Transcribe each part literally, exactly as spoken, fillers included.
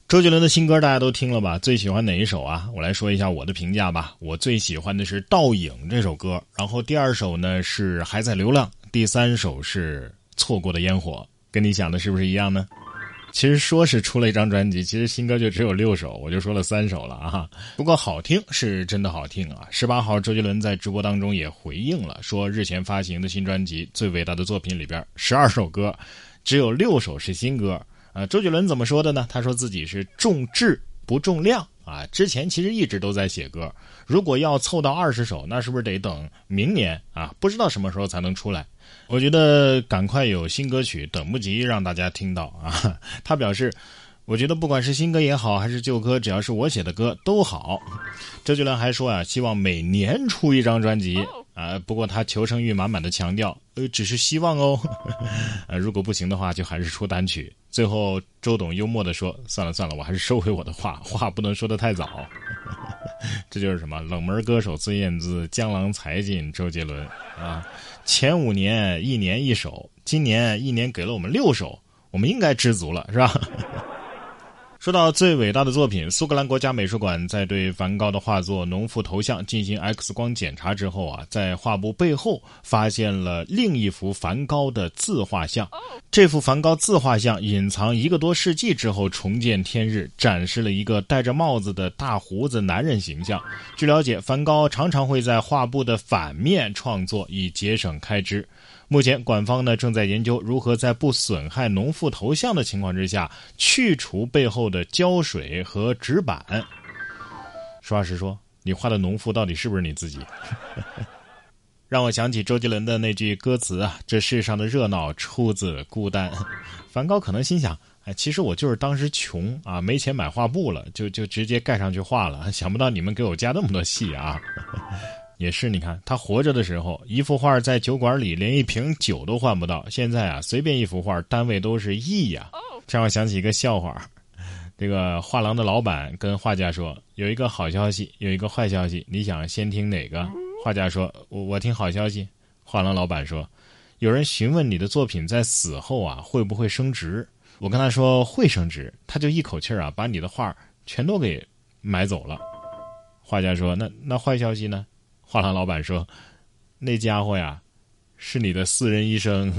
周杰伦的新歌大家都听了吧？最喜欢哪一首啊？我来说一下我的评价吧。我最喜欢的是《倒影》这首歌，然后第二首呢是《还在流浪》，第三首是《错过的烟火》。跟你想的是不是一样呢？其实说是出了一张专辑，其实新歌就只有六首，我就说了三首了啊。不过好听是真的好听啊。十八号周杰伦在直播当中也回应了，说日前发行的新专辑《最伟大的作品》里边十二首歌，只有六首是新歌。啊，周杰伦怎么说的呢？他说自己是重质不重量啊。之前其实一直都在写歌，如果要凑到二十首，那是不是得等明年啊？不知道什么时候才能出来。我觉得赶快有新歌曲，等不及让大家听到啊。他表示，我觉得不管是新歌也好，还是旧歌，只要是我写的歌都好。周杰伦还说啊，希望每年出一张专辑啊。不过他求生欲满满的强调，呃，只是希望哦。呃，如果不行的话，就还是出单曲。最后，周董幽默地说：“算了算了，我还是收回我的话，话不能说得太早。”这就是什么冷门歌手孙燕姿，江郎才尽周杰伦啊！前五年一年一首，今年一年给了我们六首，我们应该知足了，是吧？说到最伟大的作品，苏格兰国家美术馆在对梵高的画作《农妇头像》进行 X 光检查之后啊，在画布背后发现了另一幅梵高的自画像。这幅梵高自画像隐藏一个多世纪之后重见天日，展示了一个戴着帽子的大胡子男人形象。据了解，梵高常常会在画布的反面创作，以节省开支。目前馆方呢正在研究如何在不损害农妇头像的情况之下去除背后的胶水和纸板。实话实说，你画的农妇到底是不是你自己？让我想起周杰伦的那句歌词啊，这世上的热闹出自孤单。梵高可能心想，哎，其实我就是当时穷啊，没钱买画布了，就就直接盖上去画了，想不到你们给我加那么多戏啊。也是，你看他活着的时候，一幅画在酒馆里连一瓶酒都换不到，现在啊随便一幅画单位都是亿呀、啊。这让我想起一个笑话，这个画廊的老板跟画家说，有一个好消息，有一个坏消息，你想先听哪个？画家说，我我听好消息。画廊老板说，有人询问你的作品在死后啊会不会升值？我跟他说会升值，他就一口气啊把你的画全都给买走了。画家说，那那坏消息呢？画廊老板说，那家伙呀是你的私人医生。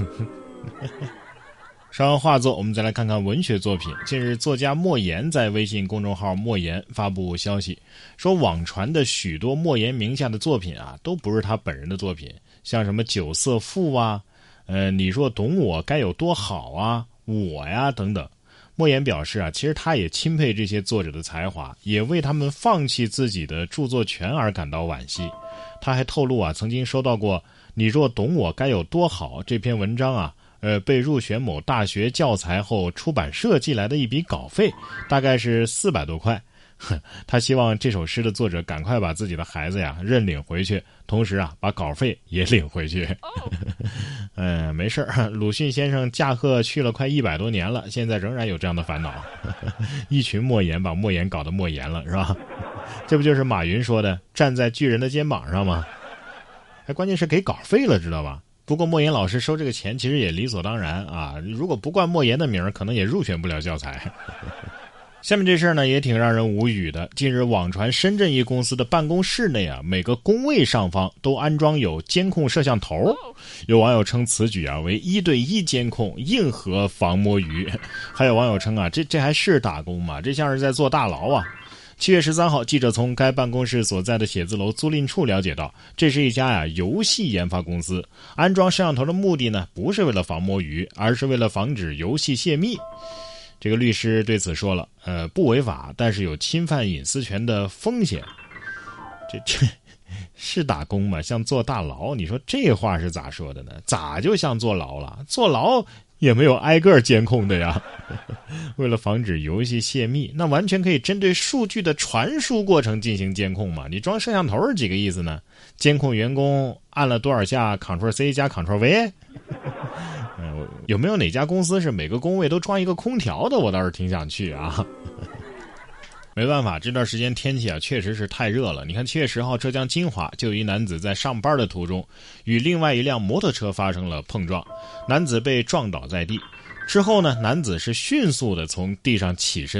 说完画作，我们再来看看文学作品。近日，作家莫言在微信公众号莫言发布消息，说网传的许多莫言名下的作品啊都不是他本人的作品，像什么九色赋啊，呃，你若懂我该有多好啊，我呀等等。莫言表示啊，其实他也钦佩这些作者的才华，也为他们放弃自己的著作权而感到惋惜。他还透露啊，曾经收到过你若懂我该有多好这篇文章啊，呃，被入选某大学教材后，出版社寄来的一笔稿费，大概是四百多块。他希望这首诗的作者赶快把自己的孩子呀认领回去，同时啊把稿费也领回去。嗯、呃，没事儿，鲁迅先生驾鹤去了快一百多年了，现在仍然有这样的烦恼。一群莫言把莫言搞得莫言了，是吧？这不就是马云说的站在巨人的肩膀上吗？还关键是给稿费了，知道吧？不过莫言老师收这个钱其实也理所当然啊，如果不冠莫言的名，可能也入选不了教材。下面这事儿呢也挺让人无语的。近日网传深圳一公司的办公室内啊，每个工位上方都安装有监控摄像头。有网友称此举啊为一对一监控，硬核防摸鱼。还有网友称啊，这这还是打工吗？这像是在坐大牢啊。七月十三号，记者从该办公室所在的写字楼租赁处了解到，这是一家呀游戏研发公司。安装摄像头的目的呢，不是为了防摸鱼，而是为了防止游戏泄密。这个律师对此说了，呃，不违法，但是有侵犯隐私权的风险。这这是打工吗？像坐大牢？你说这话是咋说的呢？咋就像坐牢了？坐牢也没有挨个监控的呀。为了防止游戏泄密，那完全可以针对数据的传输过程进行监控嘛。你装摄像头是几个意思呢？监控员工按了多少下 Ctrl C 加 Ctrl V？有没有哪家公司是每个工位都装一个空调的？我倒是挺想去啊。没办法，这段时间天气啊确实是太热了。你看七月十号，浙江金华就有一男子在上班的途中与另外一辆摩托车发生了碰撞，男子被撞倒在地。之后呢，男子是迅速的从地上起身，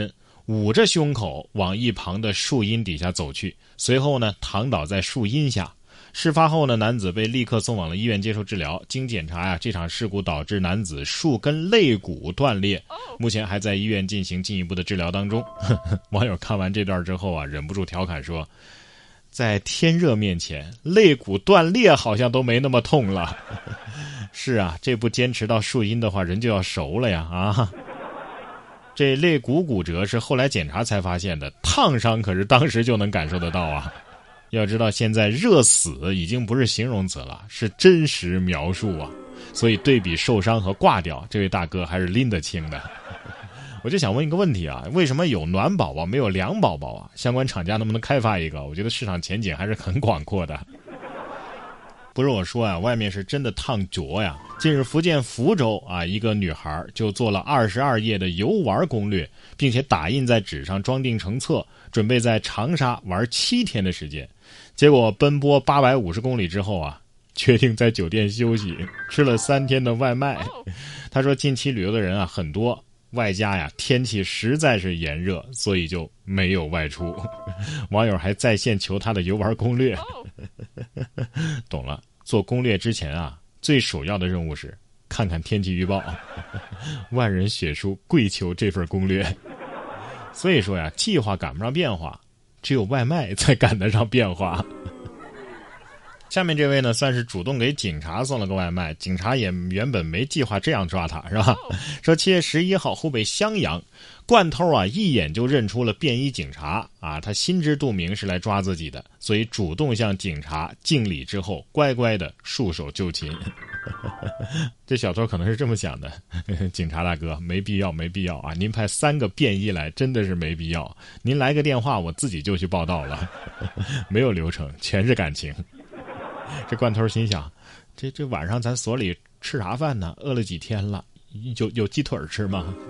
捂着胸口往一旁的树荫底下走去，随后呢躺倒在树荫下。事发后呢，男子被立刻送往了医院接受治疗。经检查呀、啊，这场事故导致男子数根肋骨断裂，目前还在医院进行进一步的治疗当中。网友看完这段之后啊，忍不住调侃说，在天热面前，肋骨断裂好像都没那么痛了。是啊，这不坚持到树荫的话，人就要熟了呀啊！这肋骨骨折是后来检查才发现的，烫伤可是当时就能感受得到啊。要知道现在热死已经不是形容词了，是真实描述啊。所以对比受伤和挂掉，这位大哥还是拎得清的。我就想问一个问题啊，为什么有暖宝宝没有凉宝宝啊？相关厂家能不能开发一个？我觉得市场前景还是很广阔的。不是我说啊，外面是真的烫脚呀。近日福建福州啊，一个女孩就做了二十二页的游玩攻略，并且打印在纸上装订成册，准备在长沙玩七天的时间。结果奔波八百五十公里之后啊，决定在酒店休息，吃了三天的外卖。他说近期旅游的人啊很多，外加呀天气实在是炎热，所以就没有外出。网友还在线求他的游玩攻略。懂了，做攻略之前啊，最首要的任务是看看天气预报。万人血书跪求这份攻略。所以说呀，计划赶不上变化，只有外卖才赶得上变化。下面这位呢，算是主动给警察送了个外卖，警察也原本没计划这样抓他，是吧？说七月十一号，湖北襄阳，惯偷啊一眼就认出了便衣警察啊，他心知肚明是来抓自己的，所以主动向警察敬礼之后，乖乖的束手就擒。这小偷可能是这么想的，警察大哥，没必要没必要啊，您派三个便衣来真的是没必要，您来个电话我自己就去报道了。没有流程，全是感情。这惯头心想，这这晚上咱所里吃啥饭呢？饿了几天了，有有鸡腿吃吗？